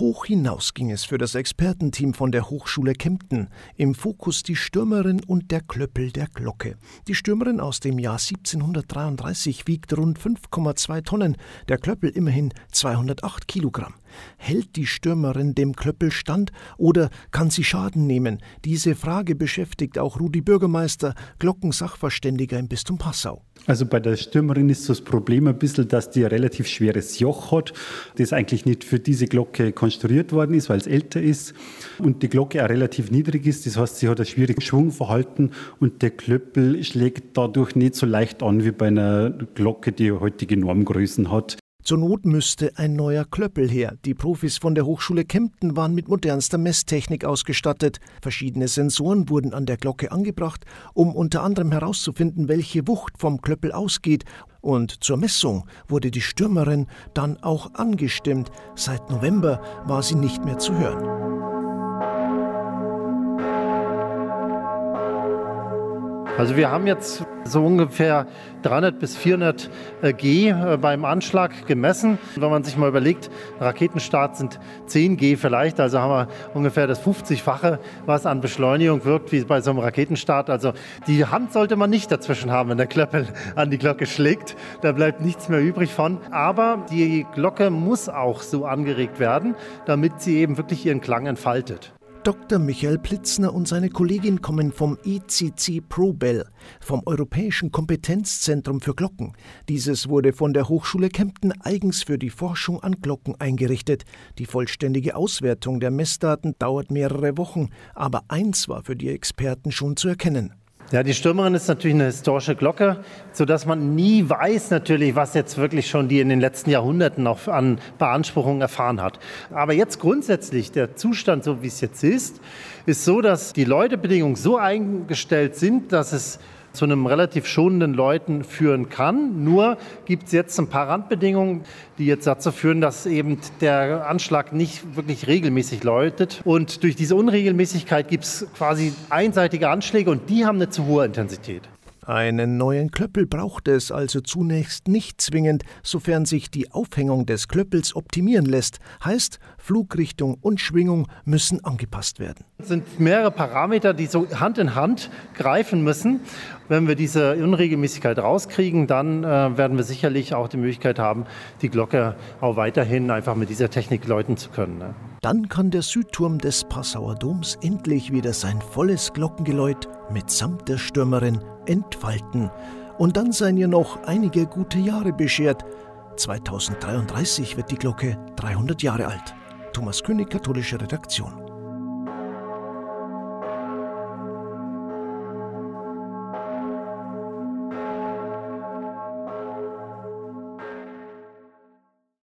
Hoch hinaus ging es für das Expertenteam von der Hochschule Kempten. Im Fokus die Stürmerin und der Klöppel der Glocke. Die Stürmerin aus dem Jahr 1733 wiegt rund 5,2 Tonnen, der Klöppel immerhin 208 Kilogramm. Hält die Stürmerin dem Klöppel stand oder kann sie Schaden nehmen? Diese Frage beschäftigt auch Rudi Bürgermeister, Glockensachverständiger im Bistum Passau. Also bei der Stürmerin ist das Problem ein bisschen, dass die ein relativ schweres Joch hat, das eigentlich nicht für diese Glocke konstruiert worden ist, weil es älter ist und die Glocke auch relativ niedrig ist. Das heißt, sie hat ein schwieriges Schwungverhalten und der Klöppel schlägt dadurch nicht so leicht an wie bei einer Glocke, die heutige Normgrößen hat. Zur Not müsste ein neuer Klöppel her. Die Profis von der Hochschule Kempten waren mit modernster Messtechnik ausgestattet. Verschiedene Sensoren wurden an der Glocke angebracht, um unter anderem herauszufinden, welche Wucht vom Klöppel ausgeht. Und zur Messung wurde die Stürmerin dann auch angestimmt. Seit November war sie nicht mehr zu hören. Also wir haben jetzt so ungefähr 300 bis 400 G beim Anschlag gemessen. Wenn man sich mal überlegt, Raketenstart sind 10 G vielleicht, also haben wir ungefähr das 50-fache, was an Beschleunigung wirkt wie bei so einem Raketenstart. Also die Hand sollte man nicht dazwischen haben, wenn der Klöppel an die Glocke schlägt. Da bleibt nichts mehr übrig von. Aber die Glocke muss auch so angeregt werden, damit sie eben wirklich ihren Klang entfaltet. Dr. Michael Plitzner und seine Kollegin kommen vom ECC ProBell, vom Europäischen Kompetenzzentrum für Glocken. Dieses wurde von der Hochschule Kempten eigens für die Forschung an Glocken eingerichtet. Die vollständige Auswertung der Messdaten dauert mehrere Wochen, aber eins war für die Experten schon zu erkennen. Ja, die Stürmerin ist natürlich eine historische Glocke, sodass man nie weiß natürlich, was jetzt wirklich schon die in den letzten Jahrhunderten noch an Beanspruchungen erfahren hat. Aber jetzt grundsätzlich, der Zustand, so wie es jetzt ist so, dass die Läutebedingungen so eingestellt sind, dass es zu einem relativ schonenden Läuten führen kann. Nur gibt es jetzt ein paar Randbedingungen, die jetzt dazu führen, dass eben der Anschlag nicht wirklich regelmäßig läutet. Und durch diese Unregelmäßigkeit gibt es quasi einseitige Anschläge und die haben eine zu hohe Intensität. Einen neuen Klöppel braucht es also zunächst nicht zwingend, sofern sich die Aufhängung des Klöppels optimieren lässt. Heißt, Flugrichtung und Schwingung müssen angepasst werden. Es sind mehrere Parameter, die so Hand in Hand greifen müssen. Wenn wir diese Unregelmäßigkeit rauskriegen, dann werden wir sicherlich auch die Möglichkeit haben, die Glocke auch weiterhin einfach mit dieser Technik läuten zu können. Ne? Dann kann der Südturm des Passauer Doms endlich wieder sein volles Glockengeläut mitsamt der Stürmerin entfalten. Und dann seien ihr noch einige gute Jahre beschert. 2033 wird die Glocke 300 Jahre alt. Thomas König, katholische Redaktion.